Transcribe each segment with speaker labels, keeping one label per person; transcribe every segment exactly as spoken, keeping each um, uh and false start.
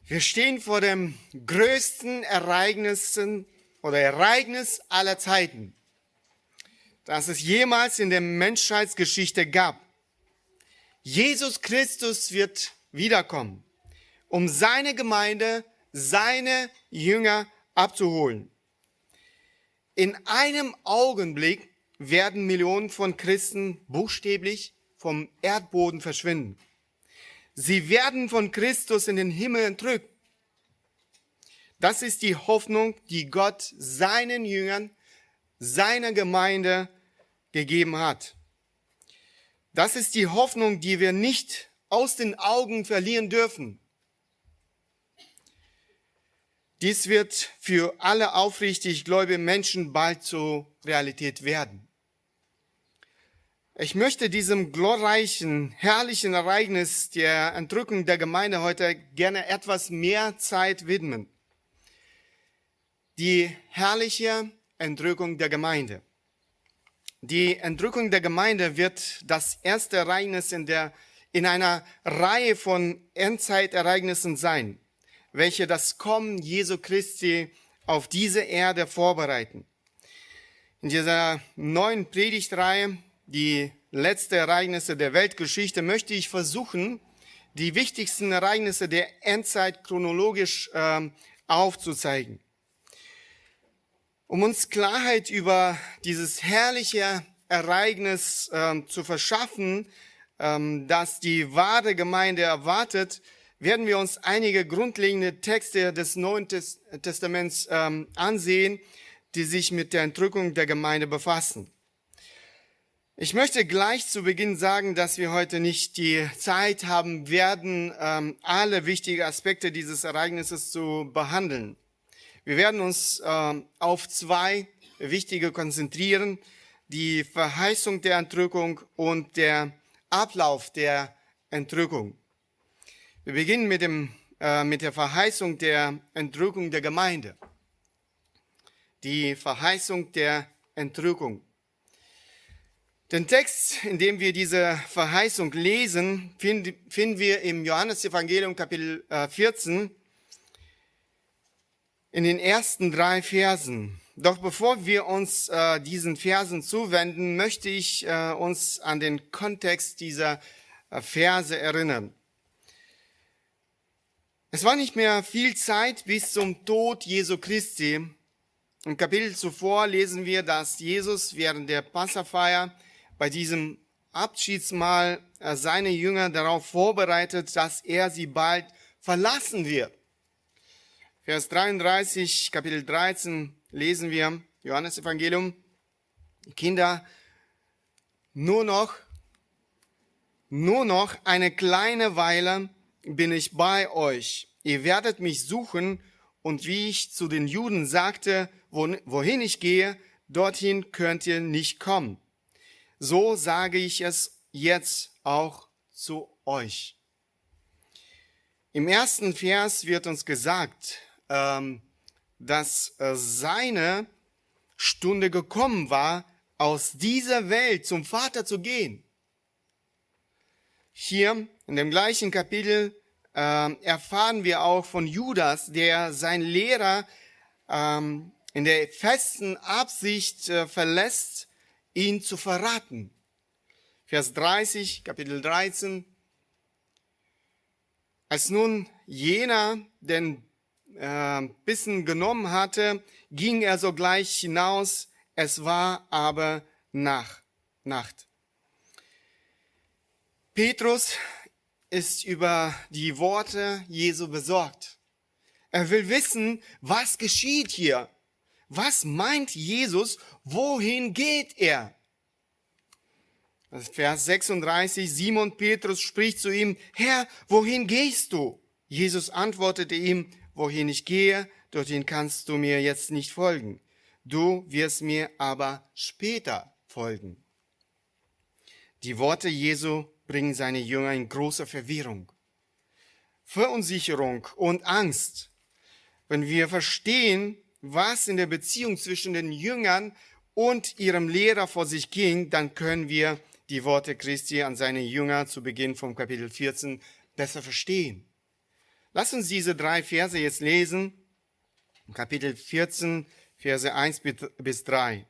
Speaker 1: Wir stehen vor dem größten Ereignissen oder Ereignis aller Zeiten, das es jemals in der Menschheitsgeschichte gab. Jesus Christus wird wiederkommen, um seine Gemeinde, seine Jünger abzuholen. In einem Augenblick werden Millionen von Christen buchstäblich vom Erdboden verschwinden. Sie werden von Christus in den Himmel entrückt. Das ist die Hoffnung, die Gott seinen Jüngern, seiner Gemeinde gegeben hat. Das ist die Hoffnung, die wir nicht aus den Augen verlieren dürfen. Dies wird für alle aufrichtig gläubigen Menschen bald zur Realität werden. Ich möchte diesem glorreichen, herrlichen Ereignis der Entrückung der Gemeinde heute gerne etwas mehr Zeit widmen. Die herrliche Entrückung der Gemeinde. Die Entrückung der Gemeinde wird das erste Ereignis in, der, in einer Reihe von Endzeitereignissen sein, welche das Kommen Jesu Christi auf diese Erde vorbereiten. In dieser neuen Predigtreihe, die letzten Ereignisse der Weltgeschichte, möchte ich versuchen, die wichtigsten Ereignisse der Endzeit chronologisch äh, aufzuzeigen. Um uns Klarheit über dieses herrliche Ereignis äh, zu verschaffen, äh, das die wahre Gemeinde erwartet, werden wir uns einige grundlegende Texte des Neuen Testaments äh, ansehen, die sich mit der Entrückung der Gemeinde befassen. Ich möchte gleich zu Beginn sagen, dass wir heute nicht die Zeit haben werden, ähm, alle wichtigen Aspekte dieses Ereignisses zu behandeln. Wir werden uns ähm, auf zwei wichtige konzentrieren: die Verheißung der Entrückung und der Ablauf der Entrückung. Wir beginnen mit dem äh, mit der Verheißung der Entrückung der Gemeinde. Die Verheißung der Entrückung. Den Text, in dem wir diese Verheißung lesen, finden, finden wir im Johannesevangelium Kapitel vierzehn in den ersten drei Versen. Doch bevor wir uns äh, diesen Versen zuwenden, möchte ich äh, uns an den Kontext dieser äh, Verse erinnern. Es war nicht mehr viel Zeit bis zum Tod Jesu Christi. Im Kapitel zuvor lesen wir, dass Jesus während der Passafeier bei diesem Abschiedsmahl seine Jünger darauf vorbereitet, dass er sie bald verlassen wird. Vers dreiunddreißig, Kapitel dreizehn lesen wir, Johannesevangelium: Kinder, nur noch, nur noch eine kleine Weile bin ich bei euch. Ihr werdet mich suchen, und wie ich zu den Juden sagte, wohin ich gehe, dorthin könnt ihr nicht kommen. So sage ich es jetzt auch zu euch. Im ersten Vers wird uns gesagt, ähm, dass äh, seine Stunde gekommen war, aus dieser Welt zum Vater zu gehen. Hier in dem gleichen Kapitel äh, erfahren wir auch von Judas, der sein Lehrer ähm, in der festen Absicht äh, verlässt, ihn zu verraten. Vers dreißig, Kapitel dreizehn. Als nun jener den äh, Bissen genommen hatte, ging er sogleich hinaus. Es war aber nach, Nacht. Petrus ist über die Worte Jesu besorgt. Er will wissen, was geschieht hier. Was meint Jesus? Wohin geht er? Vers sechsunddreißig, Simon Petrus spricht zu ihm: Herr, wohin gehst du? Jesus antwortete ihm: Wohin ich gehe, dorthin kannst du mir jetzt nicht folgen. Du wirst mir aber später folgen. Die Worte Jesu bringen seine Jünger in große Verwirrung, Verunsicherung und Angst. Wenn wir verstehen, was in der Beziehung zwischen den Jüngern und ihrem Lehrer vor sich ging, dann können wir die Worte Christi an seine Jünger zu Beginn vom Kapitel vierzehn besser verstehen. Lass uns diese drei Verse jetzt lesen. Kapitel vierzehn, Verse eins bis drei.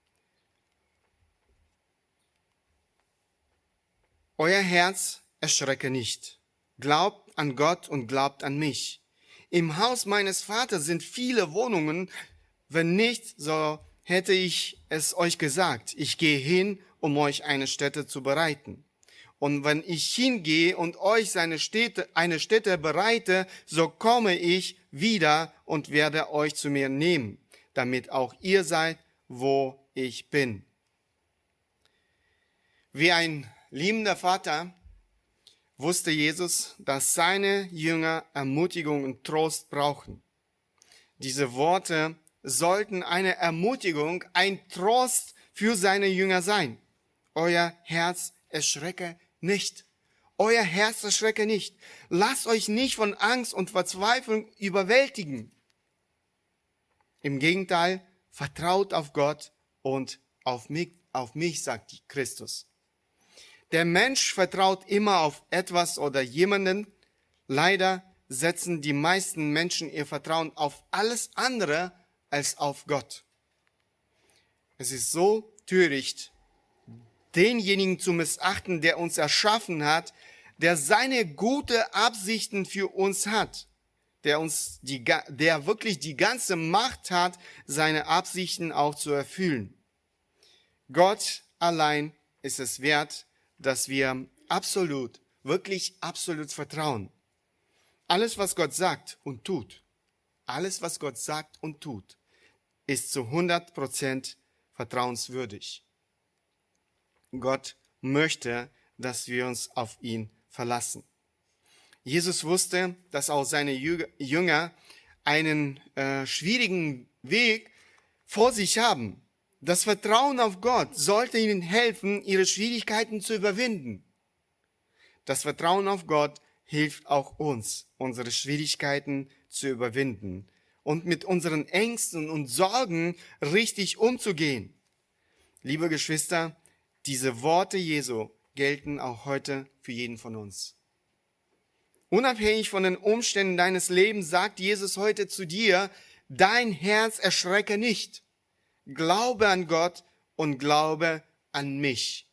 Speaker 1: Euer Herz erschrecke nicht. Glaubt an Gott und glaubt an mich. Im Haus meines Vaters sind viele Wohnungen. Wenn nicht, so hätte ich es euch gesagt. Ich gehe hin, um euch eine Stätte zu bereiten. Und wenn ich hingehe und euch seine Stätte, eine Stätte bereite, so komme ich wieder und werde euch zu mir nehmen, damit auch ihr seid, wo ich bin. Wie ein liebender Vater wusste Jesus, dass seine Jünger Ermutigung und Trost brauchen. Diese Worte sollten eine Ermutigung, ein Trost für seine Jünger sein. Euer Herz erschrecke nicht. Euer Herz erschrecke nicht. Lasst euch nicht von Angst und Verzweiflung überwältigen. Im Gegenteil, vertraut auf Gott und auf mich, auf mich, sagt Christus. Der Mensch vertraut immer auf etwas oder jemanden. Leider setzen die meisten Menschen ihr Vertrauen auf alles andere als auf Gott. Es ist so töricht, denjenigen zu missachten, der uns erschaffen hat, der seine gute Absichten für uns hat, der uns die, der wirklich die ganze Macht hat, seine Absichten auch zu erfüllen. Gott allein ist es wert, dass wir absolut, wirklich absolut vertrauen. Alles, was Gott sagt und tut, alles, was Gott sagt und tut, ist zu hundert Prozent vertrauenswürdig. Gott möchte, dass wir uns auf ihn verlassen. Jesus wusste, dass auch seine Jünger einen äh, schwierigen Weg vor sich haben. Das Vertrauen auf Gott sollte ihnen helfen, ihre Schwierigkeiten zu überwinden. Das Vertrauen auf Gott hilft auch uns, unsere Schwierigkeiten zu überwinden und mit unseren Ängsten und Sorgen richtig umzugehen. Liebe Geschwister, diese Worte Jesu gelten auch heute für jeden von uns. Unabhängig von den Umständen deines Lebens sagt Jesus heute zu dir, dein Herz erschrecke nicht. Glaube an Gott und glaube an mich.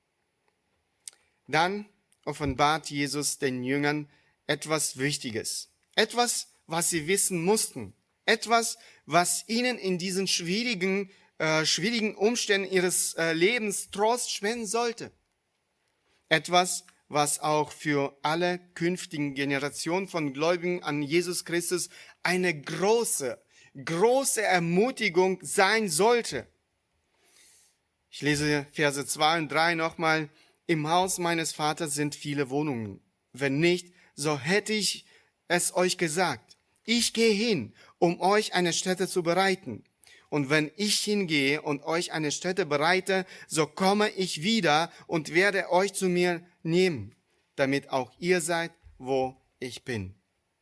Speaker 1: Dann offenbart Jesus den Jüngern etwas Wichtiges. Etwas, was sie wissen mussten. Etwas, was ihnen in diesen schwierigen, äh, schwierigen Umständen ihres äh, Lebens Trost spenden sollte. Etwas, was auch für alle künftigen Generationen von Gläubigen an Jesus Christus eine große, große Ermutigung sein sollte. Ich lese Verse zwei und drei nochmal. Im Haus meines Vaters sind viele Wohnungen. Wenn nicht, so hätte ich es euch gesagt. Ich gehe hin, um euch eine Stätte zu bereiten. Und wenn ich hingehe und euch eine Stätte bereite, so komme ich wieder und werde euch zu mir nehmen, damit auch ihr seid, wo ich bin.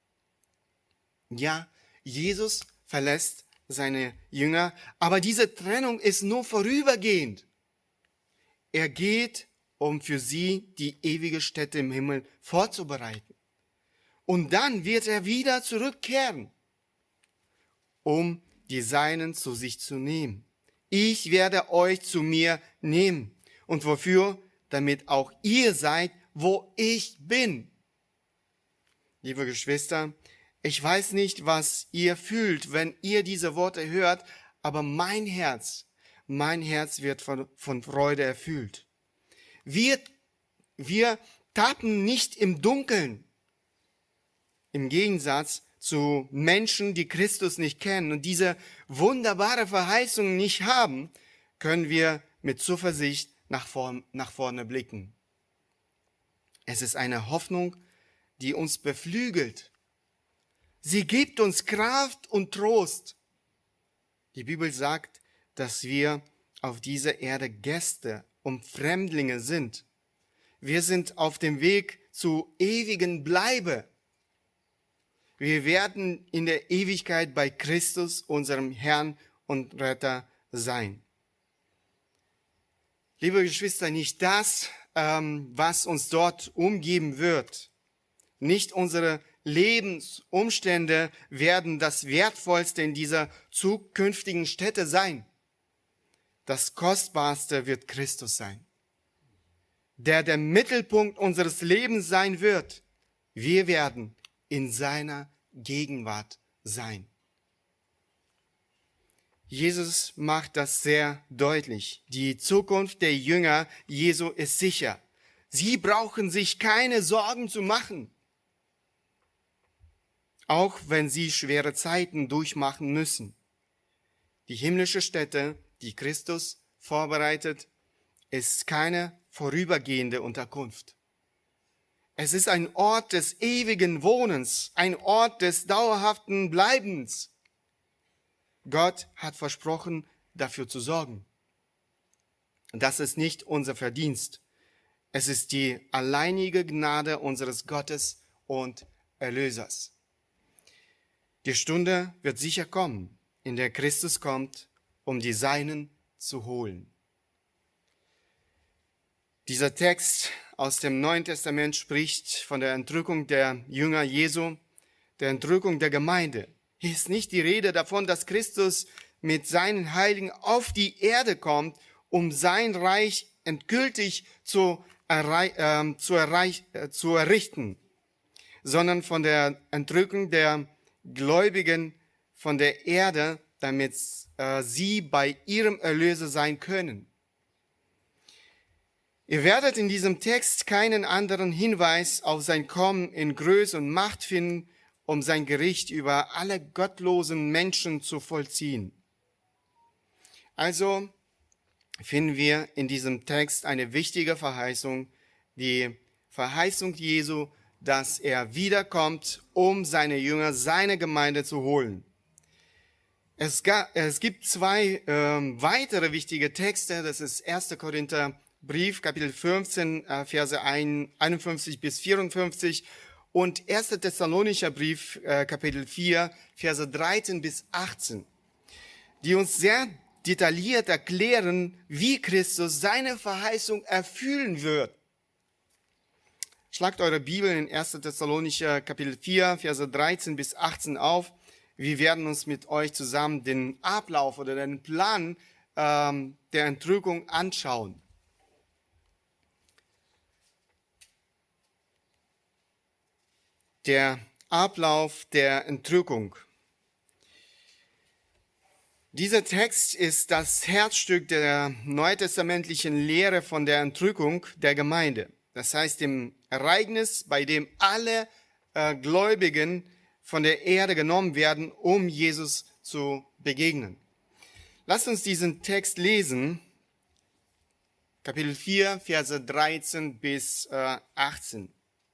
Speaker 1: Ja, Jesus verlässt seine Jünger, aber diese Trennung ist nur vorübergehend. Er geht, um für sie die ewige Stätte im Himmel vorzubereiten. Und dann wird er wieder zurückkehren, um die Seinen zu sich zu nehmen. Ich werde euch zu mir nehmen. Und wofür? Damit auch ihr seid, wo ich bin. Liebe Geschwister, ich weiß nicht, was ihr fühlt, wenn ihr diese Worte hört, aber mein Herz, mein Herz wird von, von Freude erfüllt. Wir, wir tappen nicht im Dunkeln. Im Gegensatz zu Menschen, die Christus nicht kennen und diese wunderbare Verheißung nicht haben, können wir mit Zuversicht nach vorn, nach vorne blicken. Es ist eine Hoffnung, die uns beflügelt. Sie gibt uns Kraft und Trost. Die Bibel sagt, dass wir auf dieser Erde Gäste und Fremdlinge sind. Wir sind auf dem Weg zu ewigen Bleibe. Wir werden in der Ewigkeit bei Christus, unserem Herrn und Retter, sein. Liebe Geschwister, nicht das, ähm, was uns dort umgeben wird, nicht unsere Lebensumstände werden das Wertvollste in dieser zukünftigen Stätte sein. Das Kostbarste wird Christus sein, der der Mittelpunkt unseres Lebens sein wird. Wir werden in seiner Gegenwart sein. Jesus macht das sehr deutlich. Die Zukunft der Jünger Jesu ist sicher. Sie brauchen sich keine Sorgen zu machen, auch wenn sie schwere Zeiten durchmachen müssen. Die himmlische Stätte, die Christus vorbereitet, ist keine vorübergehende Unterkunft. Es ist ein Ort des ewigen Wohnens, ein Ort des dauerhaften Bleibens. Gott hat versprochen, dafür zu sorgen. Das ist nicht unser Verdienst. Es ist die alleinige Gnade unseres Gottes und Erlösers. Die Stunde wird sicher kommen, in der Christus kommt, um die Seinen zu holen. Dieser Text aus dem Neuen Testament spricht von der Entrückung der Jünger Jesu, der Entrückung der Gemeinde. Hier ist nicht die Rede davon, dass Christus mit seinen Heiligen auf die Erde kommt, um sein Reich endgültig zu, errei- äh, zu, erreich- äh, zu errichten, sondern von der Entrückung der Gläubigen von der Erde, damit äh, sie bei ihrem Erlöser sein können. Ihr werdet in diesem Text keinen anderen Hinweis auf sein Kommen in Größe und Macht finden, um sein Gericht über alle gottlosen Menschen zu vollziehen. Also finden wir in diesem Text eine wichtige Verheißung, die Verheißung Jesu, dass er wiederkommt, um seine Jünger, seine Gemeinde zu holen. Es, ga, es gibt zwei äh, weitere wichtige Texte, das ist erster Korinther Brief, Kapitel fünfzehn, äh, Verse einundfünfzig bis vierundfünfzig und erster Thessalonicher Brief, äh, Kapitel vier, Verse dreizehn bis achtzehn, die uns sehr detailliert erklären, wie Christus seine Verheißung erfüllen wird. Schlagt eure Bibel in erster Thessalonicher Kapitel vier, Verse dreizehn bis achtzehn auf. Wir werden uns mit euch zusammen den Ablauf oder den Plan ähm, der Entrückung anschauen. Der Ablauf der Entrückung. Dieser Text ist das Herzstück der neutestamentlichen Lehre von der Entrückung der Gemeinde. Das heißt, dem Ereignis, bei dem alle äh, Gläubigen von der Erde genommen werden, um Jesus zu begegnen. Lasst uns diesen Text lesen. Kapitel vier, Verse dreizehn bis äh, achtzehn.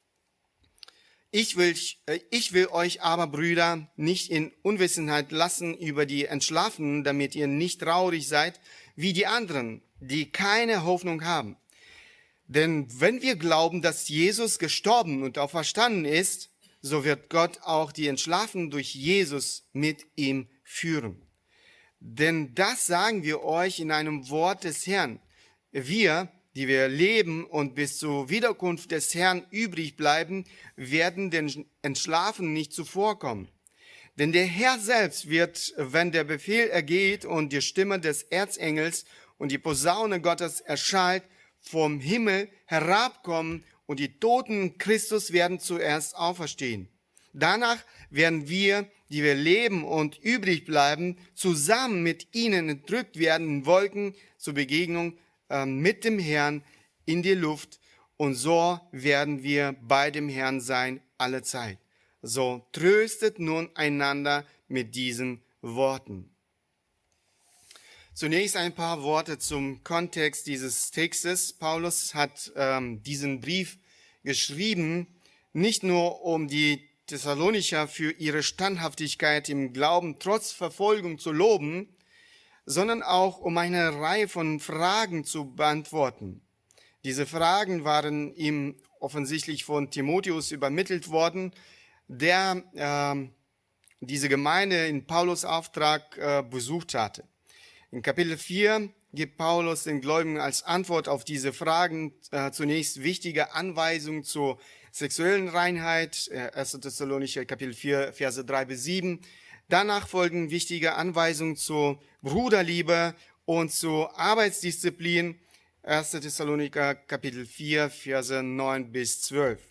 Speaker 1: Ich will, ich will euch aber, Brüder, nicht in Unwissenheit lassen über die Entschlafenen, damit ihr nicht traurig seid wie die anderen, die keine Hoffnung haben. Denn wenn wir glauben, dass Jesus gestorben und auferstanden ist, so wird Gott auch die Entschlafenen durch Jesus mit ihm führen. Denn das sagen wir euch in einem Wort des Herrn. Wir, die wir leben und bis zur Wiederkunft des Herrn übrig bleiben, werden den Entschlafenen nicht zuvorkommen. Denn der Herr selbst wird, wenn der Befehl ergeht und die Stimme des Erzengels und die Posaune Gottes erschallt, vom Himmel herabkommen und die Toten Christus werden zuerst auferstehen. Danach werden wir, die wir leben und übrig bleiben, zusammen mit ihnen entrückt werden in Wolken zur Begegnung mit dem Herrn in die Luft, und so werden wir bei dem Herrn sein alle Zeit. So tröstet nun einander mit diesen Worten. Zunächst ein paar Worte zum Kontext dieses Textes. Paulus hat ähm, diesen Brief geschrieben, nicht nur um die Thessalonicher für ihre Standhaftigkeit im Glauben trotz Verfolgung zu loben, sondern auch um eine Reihe von Fragen zu beantworten. Diese Fragen waren ihm offensichtlich von Timotheus übermittelt worden, der äh, diese Gemeinde in Paulus Auftrag äh, besucht hatte. In Kapitel vier gibt Paulus den Gläubigen als Antwort auf diese Fragen äh, zunächst wichtige Anweisungen zur sexuellen Reinheit, erster Thessalonicher Kapitel vier, Verse drei bis sieben. Danach folgen wichtige Anweisungen zur Bruderliebe und zur Arbeitsdisziplin, erster Thessalonicher Kapitel vier, Verse neun bis zwölf.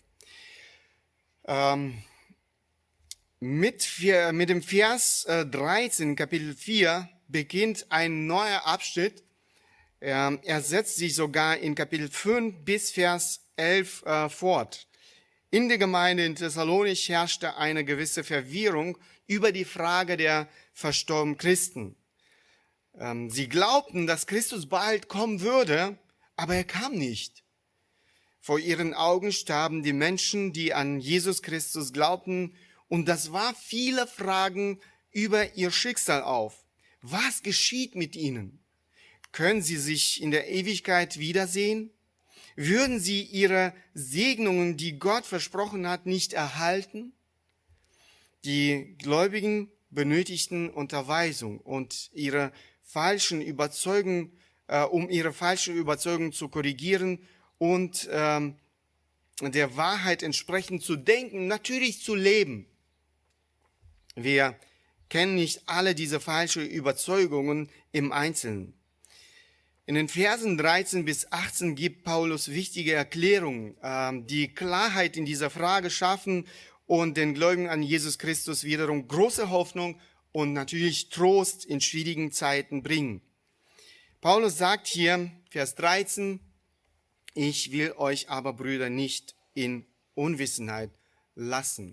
Speaker 1: Ähm, mit, mit dem Vers dreizehn, Kapitel vier, beginnt ein neuer Abschnitt. Er, er setzt sich sogar in Kapitel fünf bis Vers elf äh, fort. In der Gemeinde in Thessalonich herrschte eine gewisse Verwirrung über die Frage der verstorbenen Christen. Ähm, sie glaubten, dass Christus bald kommen würde, aber er kam nicht. Vor ihren Augen starben die Menschen, die an Jesus Christus glaubten, und das warf viele Fragen über ihr Schicksal auf. Was geschieht mit ihnen? Können sie sich in der Ewigkeit wiedersehen? Würden sie ihre Segnungen, die Gott versprochen hat, nicht erhalten? Die Gläubigen benötigten Unterweisung und ihre falschen Überzeugungen, äh, um ihre falschen Überzeugungen zu korrigieren und ähm, der Wahrheit entsprechend zu denken, natürlich zu leben. Wir kennen nicht alle diese falschen Überzeugungen im Einzelnen. In den Versen dreizehn bis achtzehn gibt Paulus wichtige Erklärungen, äh, die Klarheit in dieser Frage schaffen und den Gläubigen an Jesus Christus wiederum große Hoffnung und natürlich Trost in schwierigen Zeiten bringen. Paulus sagt hier, Vers dreizehn, ich will euch aber, Brüder, nicht in Unwissenheit lassen.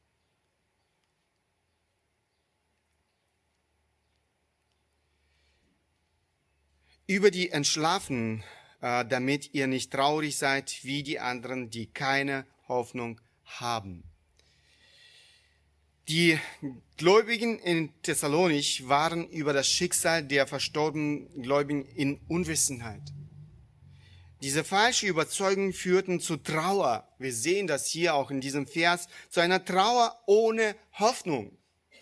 Speaker 1: Über die Entschlafenen, äh, damit ihr nicht traurig seid wie die anderen, die keine Hoffnung haben. Die Gläubigen in Thessalonich waren über das Schicksal der verstorbenen Gläubigen in Unwissenheit. Diese falsche Überzeugung führten zu Trauer. Wir sehen das hier auch in diesem Vers, zu einer Trauer ohne Hoffnung.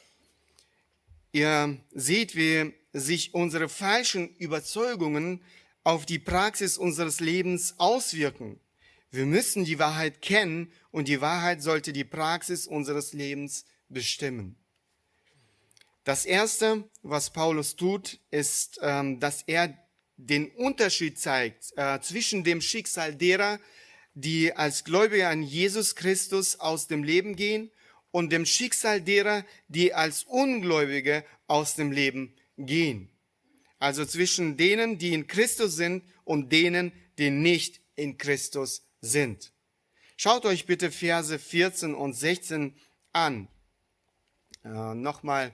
Speaker 1: Ihr seht, wie sich unsere falschen Überzeugungen auf die Praxis unseres Lebens auswirken. Wir müssen die Wahrheit kennen und die Wahrheit sollte die Praxis unseres Lebens bestimmen. Das Erste, was Paulus tut, ist, ähm, dass er den Unterschied zeigt äh, zwischen dem Schicksal derer, die als Gläubige an Jesus Christus aus dem Leben gehen, und dem Schicksal derer, die als Ungläubige aus dem Leben gehen. Also zwischen denen, die in Christus sind und denen, die nicht in Christus sind. Schaut euch bitte Verse vierzehn und sechzehn an. Äh, Nochmal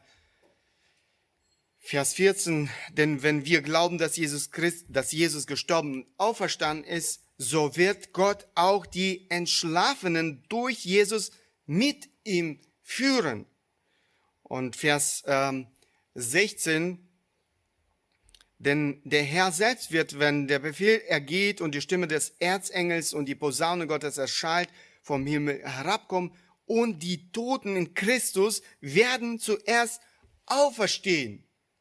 Speaker 1: Vers vierzehn. Denn wenn wir glauben, dass Jesus Christ, dass Jesus gestorben und auferstanden ist, so wird Gott auch die Entschlafenen durch Jesus mit ihm führen. Und Vers ähm, sechzehn, denn der Herr selbst wird, wenn der Befehl ergeht und die Stimme des Erzengels und die Posaune Gottes erschallt, vom Himmel herabkommen, und die Toten in Christus werden zuerst auferstehen.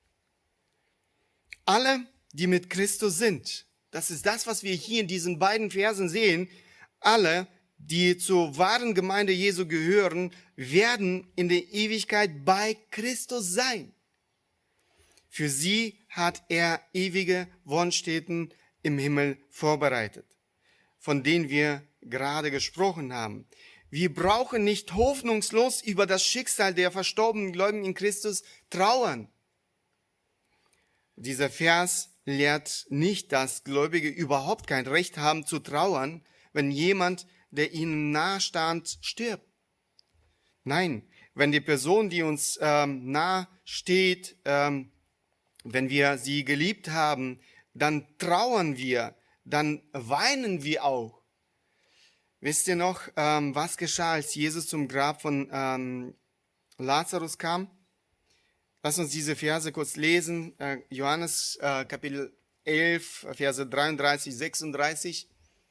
Speaker 1: Alle, die mit Christus sind, das ist das, was wir hier in diesen beiden Versen sehen, alle, die zur wahren Gemeinde Jesu gehören, werden in der Ewigkeit bei Christus sein. Für sie hat er ewige Wohnstätten im Himmel vorbereitet, von denen wir gerade gesprochen haben. Wir brauchen nicht hoffnungslos über das Schicksal der verstorbenen Gläubigen in Christus trauern. Dieser Vers lehrt nicht, dass Gläubige überhaupt kein Recht haben zu trauern, wenn jemand, der ihnen nahe stand, stirbt. Nein, wenn die Person, die uns ähm, nahe steht, ähm, wenn wir sie geliebt haben, dann trauern wir, dann weinen wir auch. Wisst ihr noch, ähm, was geschah, als Jesus zum Grab von ähm, Lazarus kam? Lass uns diese Verse kurz lesen. Äh, Johannes äh, Kapitel elf, Verse dreiunddreißig, sechsunddreißig.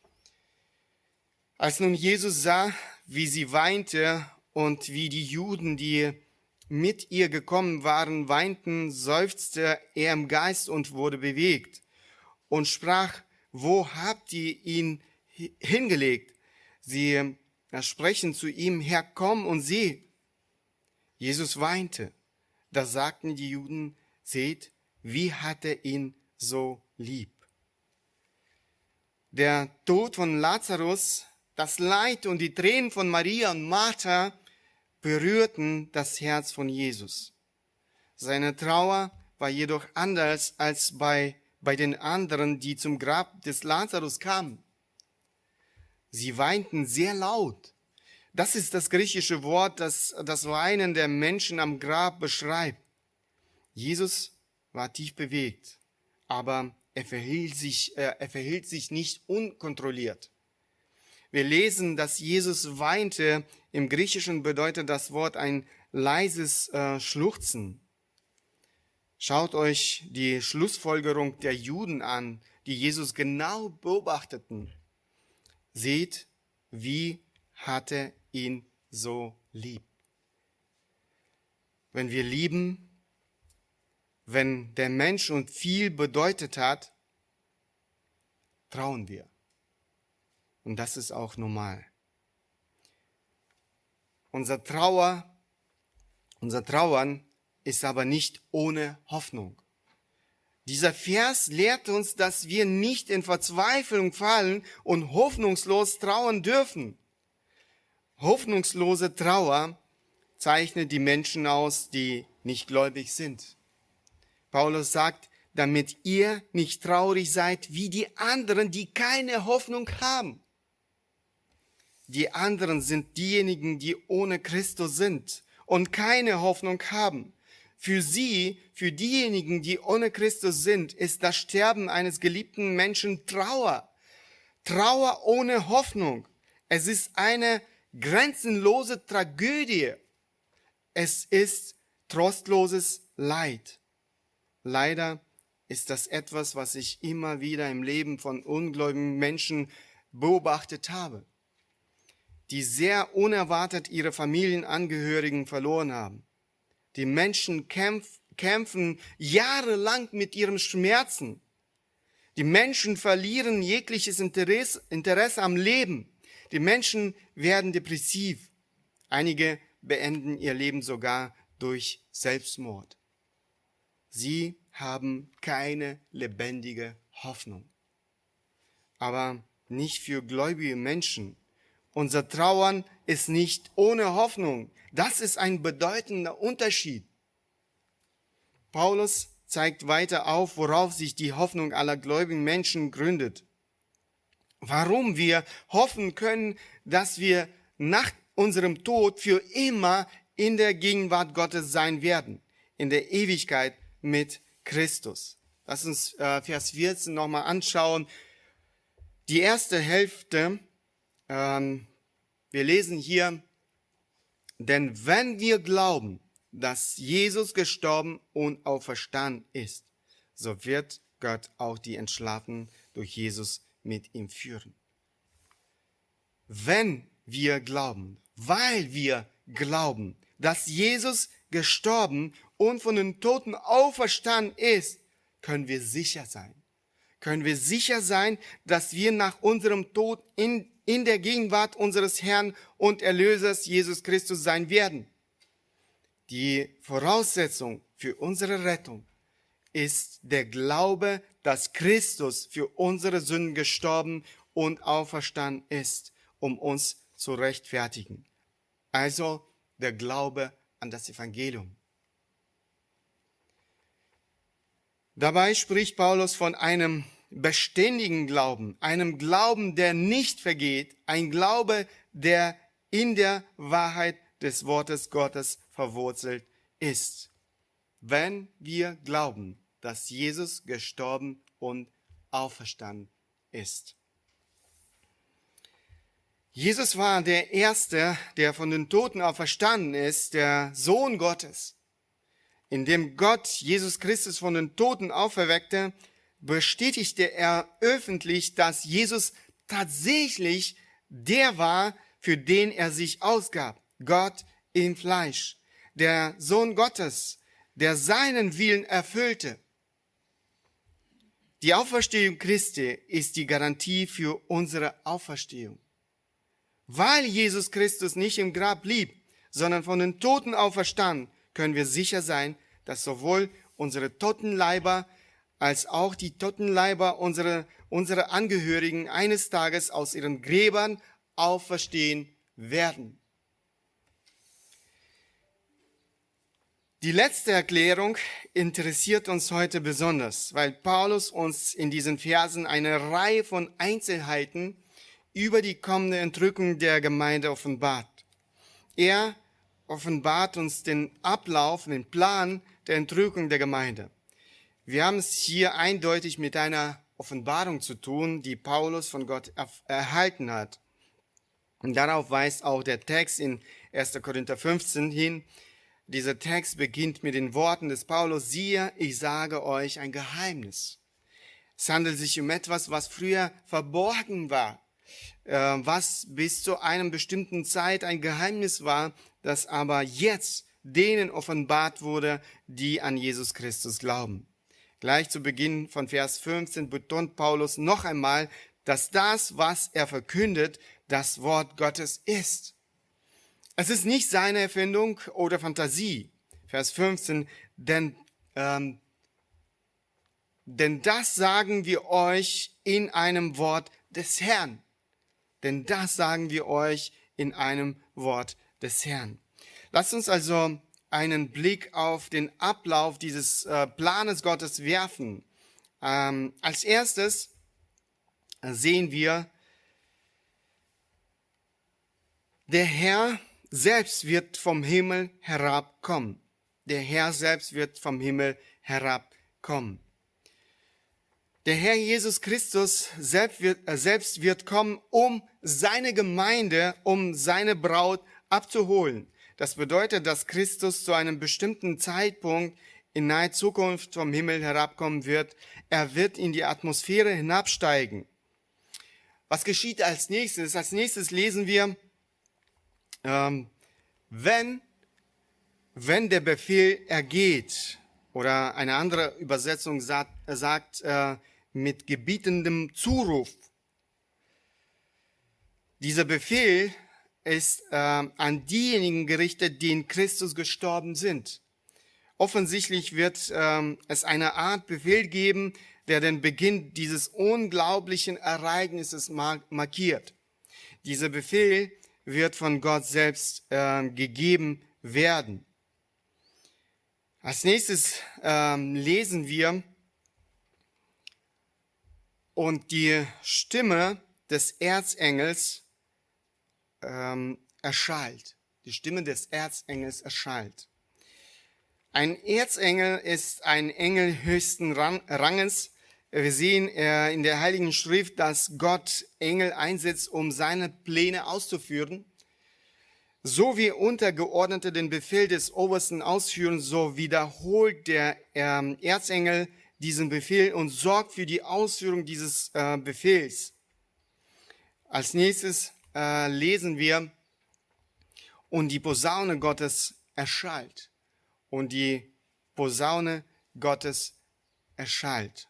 Speaker 1: Als nun Jesus sah, wie sie weinte und wie die Juden, die mit ihr gekommen waren, weinten, seufzte er im Geist und wurde bewegt und sprach, wo habt ihr ihn hingelegt? Sie sprechen zu ihm, Herr, komm und sieh. Jesus weinte. Da sagten die Juden, seht, wie hat er ihn so lieb. Der Tod von Lazarus, das Leid und die Tränen von Maria und Martha berührten das Herz von Jesus. Seine Trauer war jedoch anders als bei, bei den anderen, die zum Grab des Lazarus kamen. Sie weinten sehr laut. Das ist das griechische Wort, das das Weinen der Menschen am Grab beschreibt. Jesus war tief bewegt, aber er verhielt sich, äh, er verhielt sich nicht unkontrolliert. Wir lesen, dass Jesus weinte. Im Griechischen bedeutet das Wort ein leises äh, Schluchzen. Schaut euch die Schlussfolgerung der Juden an, die Jesus genau beobachteten. Seht, wie hat er ihn so lieb. Wenn wir lieben, wenn der Mensch uns viel bedeutet hat, trauen wir. Und das ist auch normal. Unser Trauer, unser Trauern ist aber nicht ohne Hoffnung. Dieser Vers lehrt uns, dass wir nicht in Verzweiflung fallen und hoffnungslos trauern dürfen. Hoffnungslose Trauer zeichnet die Menschen aus, die nicht gläubig sind. Paulus sagt, damit ihr nicht traurig seid wie die anderen, die keine Hoffnung haben. Die anderen sind diejenigen, die ohne Christus sind und keine Hoffnung haben. Für sie, für diejenigen, die ohne Christus sind, ist das Sterben eines geliebten Menschen Trauer. Trauer ohne Hoffnung. Es ist eine grenzenlose Tragödie. Es ist trostloses Leid. Leider ist das etwas, was ich immer wieder im Leben von ungläubigen Menschen beobachtet habe, die sehr unerwartet ihre Familienangehörigen verloren haben. Die Menschen kämpf, kämpfen jahrelang mit ihrem Schmerzen. Die Menschen verlieren jegliches Interesse, Interesse am Leben. Die Menschen werden depressiv. Einige beenden ihr Leben sogar durch Selbstmord. Sie haben keine lebendige Hoffnung. Aber nicht für gläubige Menschen. Unser Trauern ist nicht ohne Hoffnung. Das ist ein bedeutender Unterschied. Paulus zeigt weiter auf, worauf sich die Hoffnung aller gläubigen Menschen gründet. Warum wir hoffen können, dass wir nach unserem Tod für immer in der Gegenwart Gottes sein werden, in der Ewigkeit mit Christus. Lass uns äh, Vers vierzehn nochmal anschauen. Die erste Hälfte, ähm, wir lesen hier, denn wenn wir glauben, dass Jesus gestorben und auferstanden ist, so wird Gott auch die Entschlafenen durch Jesus mit ihm führen. Wenn wir glauben, weil wir glauben, dass Jesus gestorben und von den Toten auferstanden ist, können wir sicher sein. Können wir sicher sein, dass wir nach unserem Tod in, in der Gegenwart unseres Herrn und Erlösers Jesus Christus sein werden. Die Voraussetzung für unsere Rettung ist der Glaube, dass Christus für unsere Sünden gestorben und auferstanden ist, um uns zu rechtfertigen. Also der Glaube an das Evangelium. Dabei spricht Paulus von einem beständigen Glauben, einem Glauben, der nicht vergeht, ein Glaube, der in der Wahrheit des Wortes Gottes verwurzelt ist. Wenn wir glauben, dass Jesus gestorben und auferstanden ist. Jesus war der Erste, der von den Toten auferstanden ist, der Sohn Gottes. Indem Gott Jesus Christus von den Toten auferweckte, bestätigte er öffentlich, dass Jesus tatsächlich der war, für den er sich ausgab. Gott im Fleisch, der Sohn Gottes, der seinen Willen erfüllte. Die Auferstehung Christi ist die Garantie für unsere Auferstehung. Weil Jesus Christus nicht im Grab blieb, sondern von den Toten auferstand, können wir sicher sein, dass sowohl unsere toten Leiber als auch die toten Leiber unserer, unserer Angehörigen eines Tages aus ihren Gräbern auferstehen werden. Die letzte Erklärung interessiert uns heute besonders, weil Paulus uns in diesen Versen eine Reihe von Einzelheiten über die kommende Entrückung der Gemeinde offenbart. Er offenbart uns den Ablauf, den Plan der Entrückung der Gemeinde. Wir haben es hier eindeutig mit einer Offenbarung zu tun, die Paulus von Gott erhalten hat. Und darauf weist auch der Text in erster Korinther fünfzehn hin. Dieser Text beginnt mit den Worten des Paulus: Siehe, ich sage euch ein Geheimnis. Es handelt sich um etwas, was früher verborgen war, was bis zu einer bestimmten Zeit ein Geheimnis war, das aber jetzt denen offenbart wurde, die an Jesus Christus glauben. Gleich zu Beginn von Vers fünfzehn betont Paulus noch einmal, dass das, was er verkündet, das Wort Gottes ist. Es ist nicht seine Erfindung oder Fantasie. Vers fünfzehn, denn, ähm, denn das sagen wir euch in einem Wort des Herrn. Denn das sagen wir euch in einem Wort des Herrn. Lasst uns also einen Blick auf den Ablauf dieses äh, Planes Gottes werfen. Ähm, als erstes sehen wir, der Herr selbst wird vom Himmel herabkommen. Der Herr selbst wird vom Himmel herabkommen. Der Herr Jesus Christus selbst wird, äh, selbst wird kommen, um seine Gemeinde, um seine Braut abzuholen. Das bedeutet, dass Christus zu einem bestimmten Zeitpunkt in naher Zukunft vom Himmel herabkommen wird. Er wird in die Atmosphäre hinabsteigen. Was geschieht als nächstes? Als nächstes lesen wir, ähm, wenn, wenn der Befehl ergeht, oder eine andere Übersetzung sagt, sagt äh, mit gebietendem Zuruf. Dieser Befehl ist äh, an diejenigen gerichtet, die in Christus gestorben sind. Offensichtlich wird äh, es eine Art Befehl geben, der den Beginn dieses unglaublichen Ereignisses markiert. Dieser Befehl wird von Gott selbst äh, gegeben werden. Als nächstes ähm, lesen wir, und die Stimme des Erzengels ähm, erschallt. Die Stimme des Erzengels erschallt. Ein Erzengel ist ein Engel höchsten Ranges. Wir sehen äh, in der Heiligen Schrift, dass Gott Engel einsetzt, um seine Pläne auszuführen. So wie Untergeordnete den Befehl des Obersten ausführen, so wiederholt der ähm, Erzengel diesen Befehl und sorgt für die Ausführung dieses äh, Befehls. Als nächstes äh, lesen wir, und die Posaune Gottes erschallt. Und die Posaune Gottes erschallt.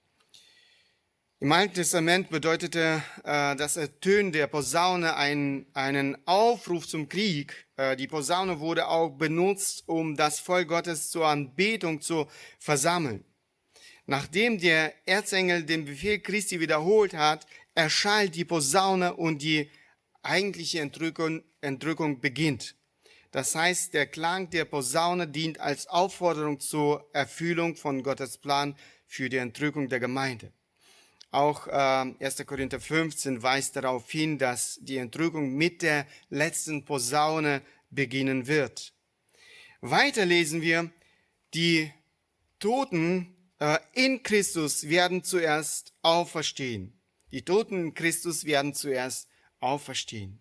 Speaker 1: Im Alten Testament bedeutete äh, das Ertönen der Posaune ein, einen Aufruf zum Krieg. Äh, die Posaune wurde auch benutzt, um das Volk Gottes zur Anbetung zu versammeln. Nachdem der Erzengel den Befehl Christi wiederholt hat, erschallt die Posaune und die eigentliche Entrückung, Entrückung beginnt. Das heißt, der Klang der Posaune dient als Aufforderung zur Erfüllung von Gottes Plan für die Entrückung der Gemeinde. Auch äh, erster Korinther fünfzehn weist darauf hin, dass die Entrückung mit der letzten Posaune beginnen wird. Weiter lesen wir, die Toten äh, in Christus werden zuerst auferstehen. Die Toten in Christus werden zuerst auferstehen.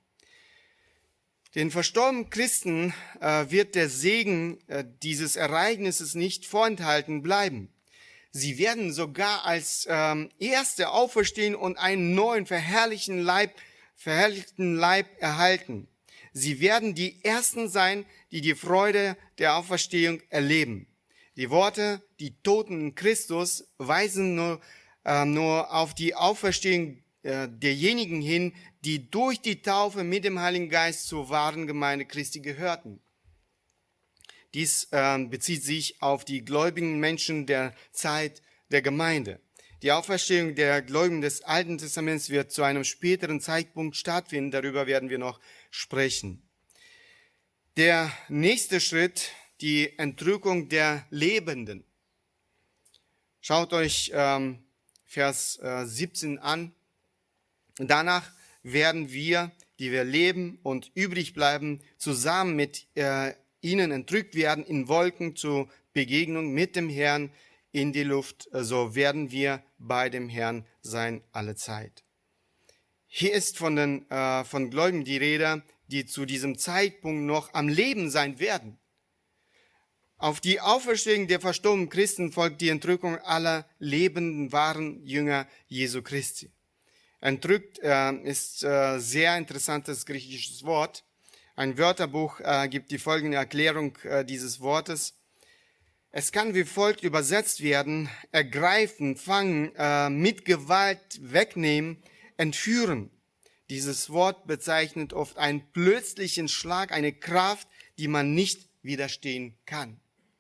Speaker 1: Den verstorbenen Christen äh, wird der Segen äh, dieses Ereignisses nicht vorenthalten bleiben. Sie werden sogar als ähm, Erste auferstehen und einen neuen verherrlichten Leib, verherrlichten Leib erhalten. Sie werden die Ersten sein, die die Freude der Auferstehung erleben. Die Worte, die Toten in Christus, weisen nur, äh, nur auf die Auferstehung äh, derjenigen hin, die durch die Taufe mit dem Heiligen Geist zur wahren Gemeinde Christi gehörten. Dies äh, bezieht sich auf die gläubigen Menschen der Zeit der Gemeinde. Die Auferstehung der Gläubigen des Alten Testaments wird zu einem späteren Zeitpunkt stattfinden. Darüber werden wir noch sprechen. Der nächste Schritt, die Entrückung der Lebenden. Schaut euch ähm, Vers äh, siebzehn an. Danach werden wir, die wir leben und übrig bleiben, zusammen mit äh, ihnen entrückt werden in Wolken zur Begegnung mit dem Herrn in die Luft. So werden wir bei dem Herrn sein alle Zeit. Hier ist von den äh, von Gläubigen die Rede, die zu diesem Zeitpunkt noch am Leben sein werden. Auf die Auferstehung der verstorbenen Christen folgt die Entrückung aller lebenden, wahren Jünger Jesu Christi. Entrückt äh, ist äh, sehr interessantes griechisches Wort. Ein Wörterbuch äh, gibt die folgende Erklärung äh, dieses Wortes. Es kann wie folgt übersetzt werden: ergreifen, fangen, äh, mit Gewalt wegnehmen, entführen. Dieses Wort bezeichnet oft einen plötzlichen Schlag, eine Kraft, die man nicht widerstehen kann.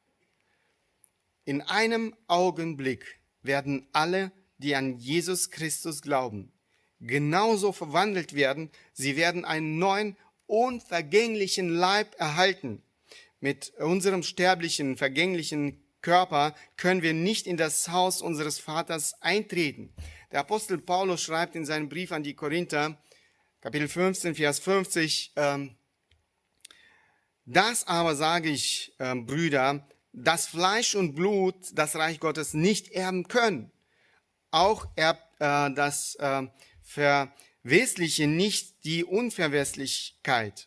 Speaker 1: In einem Augenblick werden alle, die an Jesus Christus glauben, genauso verwandelt werden. Sie werden einen neuen, unvergänglichen Leib erhalten. Mit unserem sterblichen, vergänglichen Körper können wir nicht in das Haus unseres Vaters eintreten. Der Apostel Paulus schreibt in seinem Brief an die Korinther, Kapitel fünfzehn, Vers fünfzig, ähm, das aber sage ich, äh, Brüder, dass Fleisch und Blut das Reich Gottes nicht erben können. Auch erbt äh, das äh, Verwesliche nicht die Unverweslichkeit.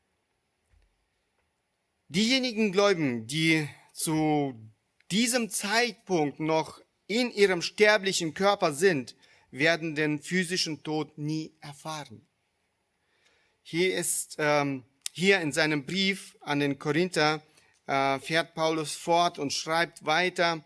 Speaker 1: Diejenigen Gläubigen, die zu diesem Zeitpunkt noch in ihrem sterblichen Körper sind, werden den physischen Tod nie erfahren. Hier ist, ähm, hier in seinem Brief an den Korinther äh, fährt Paulus fort und schreibt weiter: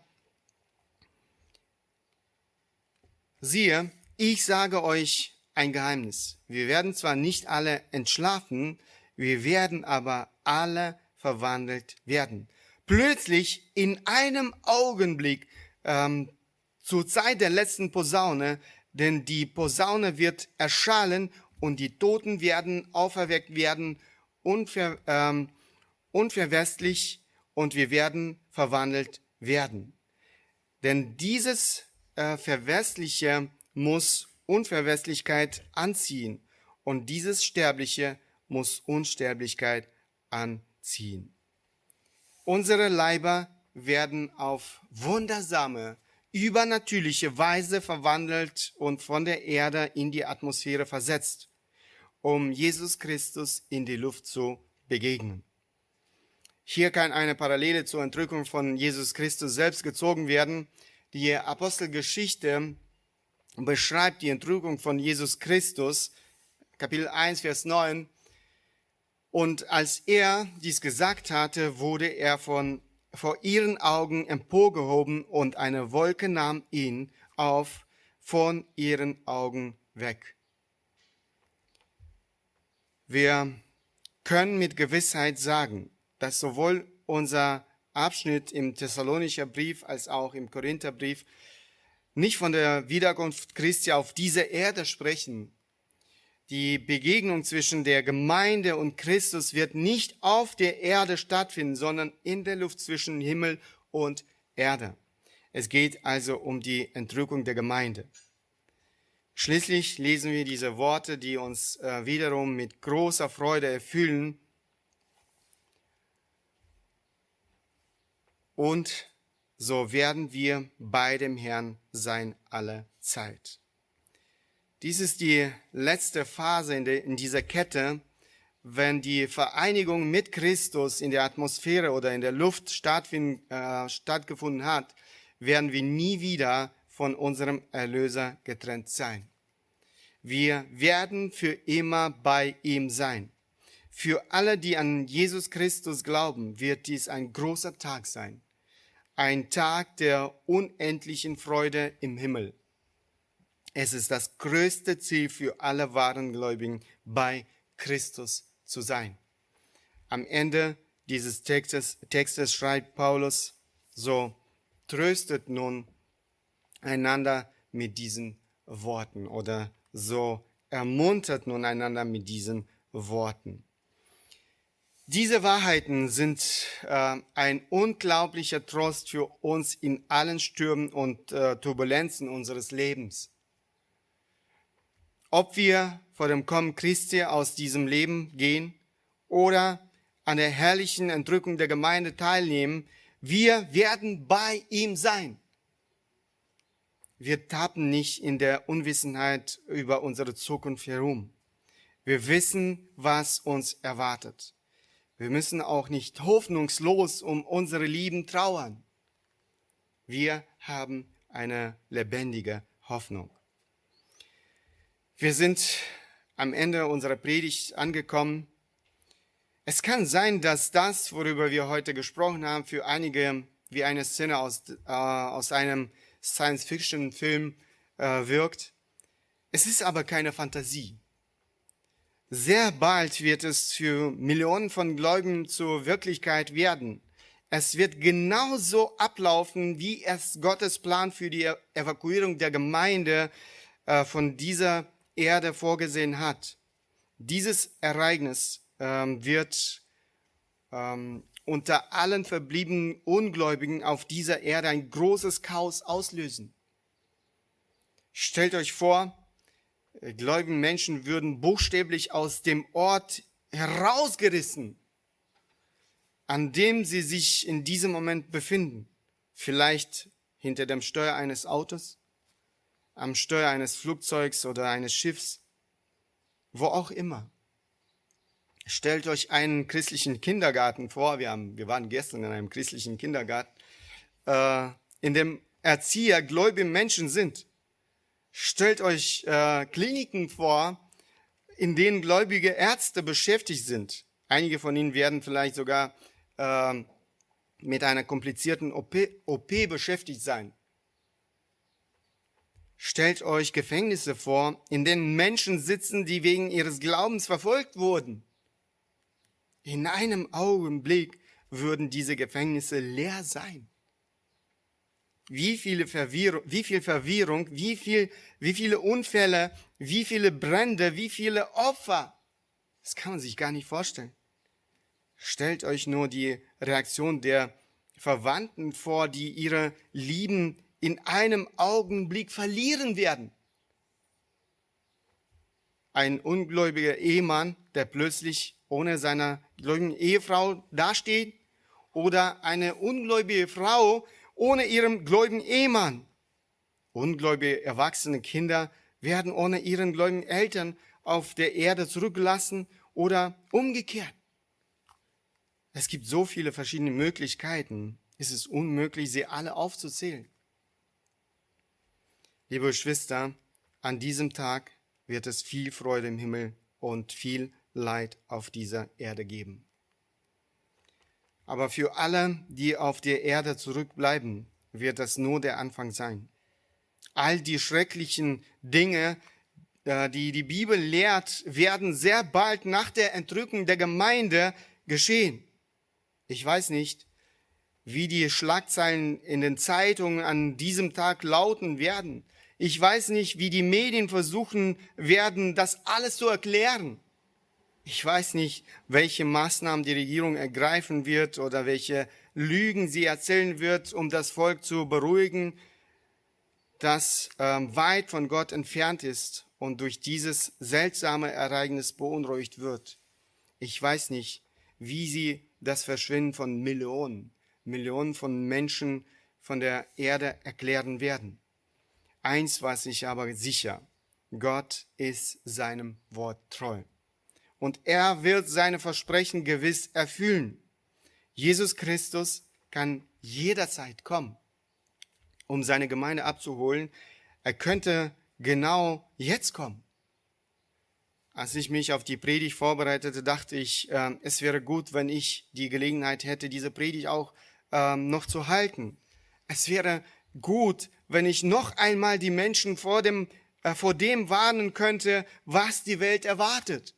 Speaker 1: Siehe, ich sage euch ein Geheimnis. Wir werden zwar nicht alle entschlafen, wir werden aber alle verwandelt werden. Plötzlich in einem Augenblick, ähm, zur Zeit der letzten Posaune, denn die Posaune wird erschallen und die Toten werden auferweckt werden, unver, ähm, unverweslich, und wir werden verwandelt werden. Denn dieses äh, Verwesliche muss Unverweslichkeit anziehen und dieses Sterbliche muss Unsterblichkeit anziehen. Unsere Leiber werden auf wundersame, übernatürliche Weise verwandelt und von der Erde in die Atmosphäre versetzt, um Jesus Christus in die Luft zu begegnen. Hier kann eine Parallele zur Entrückung von Jesus Christus selbst gezogen werden. Die Apostelgeschichte beschreibt die Entrückung von Jesus Christus, Kapitel eins, Vers neun. Und als er dies gesagt hatte, wurde er von, vor ihren Augen emporgehoben und eine Wolke nahm ihn auf von ihren Augen weg. Wir können mit Gewissheit sagen, dass sowohl unser Abschnitt im Thessalonischer Brief als auch im Korintherbrief nicht von der Wiederkunft Christi auf dieser Erde sprechen. Die Begegnung zwischen der Gemeinde und Christus wird nicht auf der Erde stattfinden, sondern in der Luft zwischen Himmel und Erde. Es geht also um die Entrückung der Gemeinde. Schließlich lesen wir diese Worte, die uns äh, wiederum mit großer Freude erfüllen. Und so werden wir bei dem Herrn sein alle Zeit. Dies ist die letzte Phase in, der, in dieser Kette. Wenn die Vereinigung mit Christus in der Atmosphäre oder in der Luft stattfind, äh, stattgefunden hat, werden wir nie wieder von unserem Erlöser getrennt sein. Wir werden für immer bei ihm sein. Für alle, die an Jesus Christus glauben, wird dies ein großer Tag sein. Ein Tag der unendlichen Freude im Himmel. Es ist das größte Ziel für alle wahren Gläubigen, bei Christus zu sein. Am Ende dieses Textes, Textes schreibt Paulus so: Tröstet nun einander mit diesen Worten oder so ermuntert nun einander mit diesen Worten. Diese Wahrheiten sind äh, ein unglaublicher Trost für uns in allen Stürmen und äh, Turbulenzen unseres Lebens. Ob wir vor dem Kommen Christi aus diesem Leben gehen oder an der herrlichen Entrückung der Gemeinde teilnehmen, wir werden bei ihm sein. Wir tappen nicht in der Unwissenheit über unsere Zukunft herum. Wir wissen, was uns erwartet. Wir müssen auch nicht hoffnungslos um unsere Lieben trauern. Wir haben eine lebendige Hoffnung. Wir sind am Ende unserer Predigt angekommen. Es kann sein, dass das, worüber wir heute gesprochen haben, für einige wie eine Szene aus, äh, aus einem Science-Fiction-Film äh, wirkt. Es ist aber keine Fantasie. Sehr bald wird es für Millionen von Gläubigen zur Wirklichkeit werden. Es wird genauso ablaufen, wie es Gottes Plan für die Evakuierung der Gemeinde äh, von dieser Erde vorgesehen hat. Dieses Ereignis ähm, wird ähm, unter allen verbliebenen Ungläubigen auf dieser Erde ein großes Chaos auslösen. Stellt euch vor, gläubige Menschen würden buchstäblich aus dem Ort herausgerissen, an dem sie sich in diesem Moment befinden. Vielleicht hinter dem Steuer eines Autos, am Steuer eines Flugzeugs oder eines Schiffs, wo auch immer. Stellt euch einen christlichen Kindergarten vor. Wir, haben, wir waren gestern in einem christlichen Kindergarten, äh, in dem Erzieher gläubige Menschen sind. Stellt euch äh, Kliniken vor, in denen gläubige Ärzte beschäftigt sind. Einige von ihnen werden vielleicht sogar äh, mit einer komplizierten O P, O P beschäftigt sein. Stellt euch Gefängnisse vor, in denen Menschen sitzen, die wegen ihres Glaubens verfolgt wurden. In einem Augenblick würden diese Gefängnisse leer sein. Wie viele Verwirrung, wie viel Verwirrung, wie viel, wie viele Unfälle, wie viele Brände, wie viele Opfer. Das kann man sich gar nicht vorstellen. Stellt euch nur die Reaktion der Verwandten vor, die ihre Lieben in einem Augenblick verlieren werden. Ein ungläubiger Ehemann, der plötzlich ohne seine gläubigen Ehefrau dasteht, oder eine ungläubige Frau ohne ihren gläubigen Ehemann. Ungläubige erwachsene Kinder werden ohne ihren gläubigen Eltern auf der Erde zurückgelassen oder umgekehrt. Es gibt so viele verschiedene Möglichkeiten. Es ist unmöglich, sie alle aufzuzählen. Liebe Geschwister, an diesem Tag wird es viel Freude im Himmel und viel Leid auf dieser Erde geben. Aber für alle, die auf der Erde zurückbleiben, wird das nur der Anfang sein. All die schrecklichen Dinge, die die Bibel lehrt, werden sehr bald nach der Entrückung der Gemeinde geschehen. Ich weiß nicht, wie die Schlagzeilen in den Zeitungen an diesem Tag lauten werden. Ich weiß nicht, wie die Medien versuchen werden, das alles zu erklären. Ich weiß nicht, welche Maßnahmen die Regierung ergreifen wird oder welche Lügen sie erzählen wird, um das Volk zu beruhigen, das ähm, weit von Gott entfernt ist und durch dieses seltsame Ereignis beunruhigt wird. Ich weiß nicht, wie sie das Verschwinden von Millionen, Millionen von Menschen von der Erde erklären werden. Eins weiß ich aber sicher: Gott ist seinem Wort treu. Und er wird seine Versprechen gewiss erfüllen. Jesus Christus kann jederzeit kommen, um seine Gemeinde abzuholen. Er könnte genau jetzt kommen. Als ich mich auf die Predigt vorbereitete, dachte ich, äh, es wäre gut, wenn ich die Gelegenheit hätte, diese Predigt auch äh, noch zu halten. Es wäre gut, wenn ich noch einmal die Menschen vor dem äh, vor dem warnen könnte, was die Welt erwartet.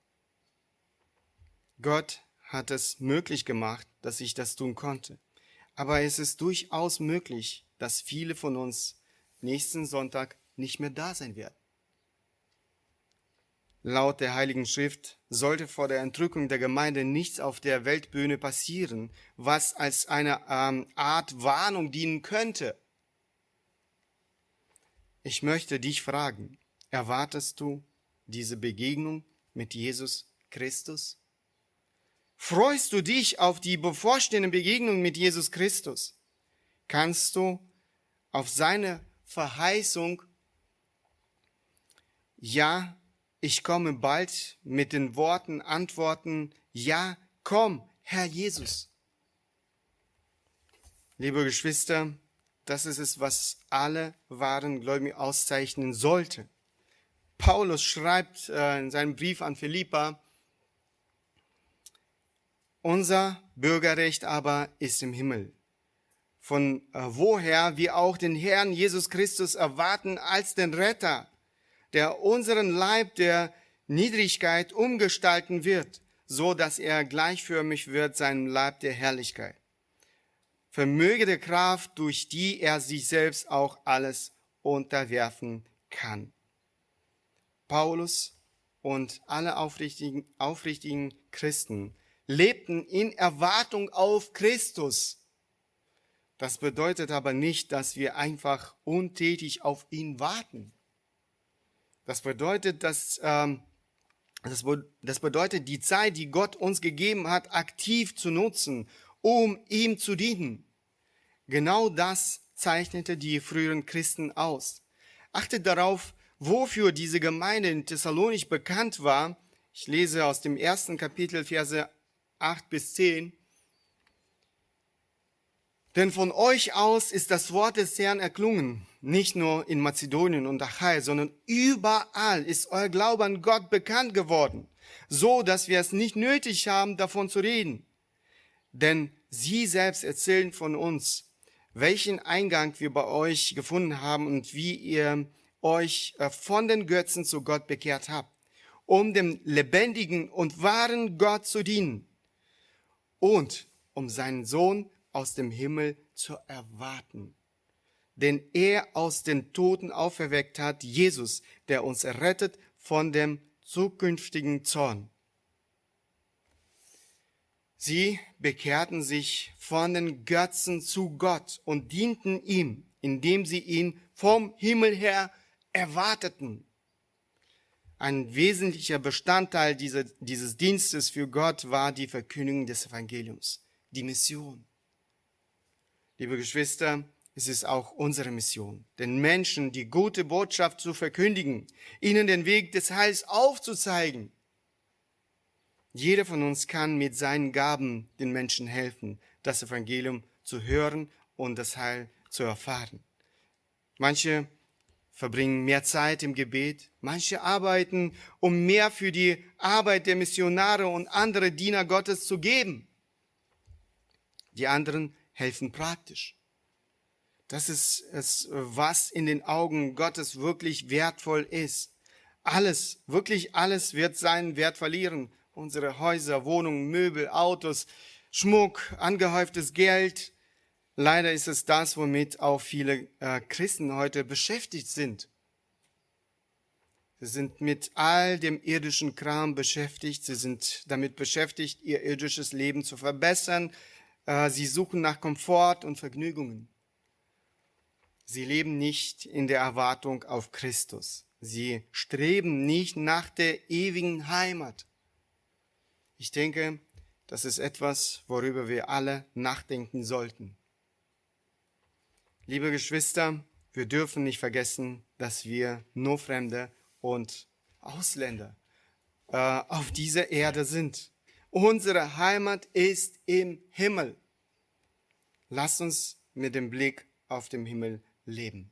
Speaker 1: Gott hat es möglich gemacht, dass ich das tun konnte. Aber es ist durchaus möglich, dass viele von uns nächsten Sonntag nicht mehr da sein werden. Laut der Heiligen Schrift sollte vor der Entrückung der Gemeinde nichts auf der Weltbühne passieren, was als eine ähm, Art Warnung dienen könnte. Ich möchte dich fragen, erwartest du diese Begegnung mit Jesus Christus? Freust du dich auf die bevorstehende Begegnung mit Jesus Christus? Kannst du auf seine Verheißung, ja, ich komme bald, mit den Worten antworten, ja, komm, Herr Jesus. Liebe Geschwister, das ist es, was alle wahren Gläubigen auszeichnen sollte. Paulus schreibt äh, in seinem Brief an Philippa, unser Bürgerrecht aber ist im Himmel, von äh, woher wir auch den Herrn Jesus Christus erwarten als den Retter, der unseren Leib der Niedrigkeit umgestalten wird, so dass er gleichförmig wird seinem Leib der Herrlichkeit. Vermöge der Kraft, durch die er sich selbst auch alles unterwerfen kann. Paulus und alle aufrichtigen, aufrichtigen Christen lebten in Erwartung auf Christus. Das bedeutet aber nicht, dass wir einfach untätig auf ihn warten. Das bedeutet, dass, ähm, das, das bedeutet, die Zeit, die Gott uns gegeben hat, aktiv zu nutzen, um ihm zu dienen. Genau das zeichnete die früheren Christen aus. Achtet darauf, wofür diese Gemeinde in Thessalonich bekannt war. Ich lese aus dem ersten Kapitel, Verse acht bis zehn. Denn von euch aus ist das Wort des Herrn erklungen, nicht nur in Mazedonien und Achaia, sondern überall ist euer Glaube an Gott bekannt geworden, so dass wir es nicht nötig haben, davon zu reden. Denn sie selbst erzählen von uns, welchen Eingang wir bei euch gefunden haben und wie ihr euch von den Götzen zu Gott bekehrt habt, um dem lebendigen und wahren Gott zu dienen und um seinen Sohn aus dem Himmel zu erwarten, den er aus den Toten auferweckt hat, Jesus, der uns errettet von dem zukünftigen Zorn. Sie bekehrten sich von den Götzen zu Gott und dienten ihm, indem sie ihn vom Himmel her erwarteten. Ein wesentlicher Bestandteil dieser, dieses Dienstes für Gott war die Verkündigung des Evangeliums, die Mission. Liebe Geschwister, es ist auch unsere Mission, den Menschen die gute Botschaft zu verkündigen, ihnen den Weg des Heils aufzuzeigen. Jeder von uns kann mit seinen Gaben den Menschen helfen, das Evangelium zu hören und das Heil zu erfahren. Manche verbringen mehr Zeit im Gebet, manche arbeiten, um mehr für die Arbeit der Missionare und andere Diener Gottes zu geben. Die anderen helfen praktisch. Das ist es, was in den Augen Gottes wirklich wertvoll ist. Alles, wirklich alles wird seinen Wert verlieren. Unsere Häuser, Wohnungen, Möbel, Autos, Schmuck, angehäuftes Geld. Leider ist es das, womit auch viele äh, Christen heute beschäftigt sind. Sie sind mit all dem irdischen Kram beschäftigt. Sie sind damit beschäftigt, ihr irdisches Leben zu verbessern. Äh, sie suchen nach Komfort und Vergnügungen. Sie leben nicht in der Erwartung auf Christus. Sie streben nicht nach der ewigen Heimat. Ich denke, das ist etwas, worüber wir alle nachdenken sollten. Liebe Geschwister, wir dürfen nicht vergessen, dass wir nur Fremde und Ausländer äh, auf dieser Erde sind. Unsere Heimat ist im Himmel. Lasst uns mit dem Blick auf den Himmel leben.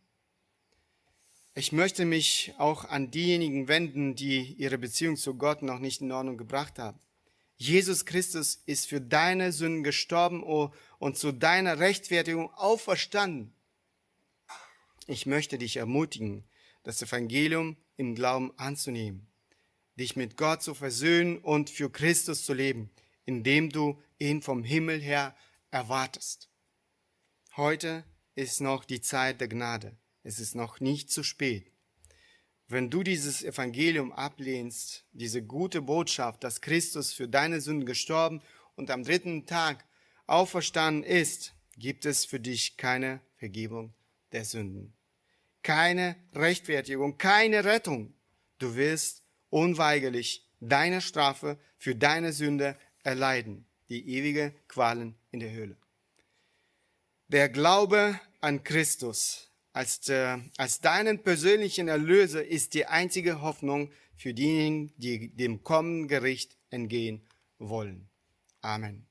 Speaker 1: Ich möchte mich auch an diejenigen wenden, die ihre Beziehung zu Gott noch nicht in Ordnung gebracht haben. Jesus Christus ist für deine Sünden gestorben und zu deiner Rechtfertigung auferstanden. Ich möchte dich ermutigen, das Evangelium im Glauben anzunehmen, dich mit Gott zu versöhnen und für Christus zu leben, indem du ihn vom Himmel her erwartest. Heute ist noch die Zeit der Gnade. Es ist noch nicht zu spät. Wenn du dieses Evangelium ablehnst, diese gute Botschaft, dass Christus für deine Sünden gestorben und am dritten Tag auferstanden ist, gibt es für dich keine Vergebung der Sünden. Keine Rechtfertigung, keine Rettung. Du wirst unweigerlich deine Strafe für deine Sünde erleiden, die ewige Qualen in der Hölle. Der Glaube an Christus als, äh, als deinen persönlichen Erlöser ist die einzige Hoffnung für diejenigen, die dem kommenden Gericht entgehen wollen. Amen.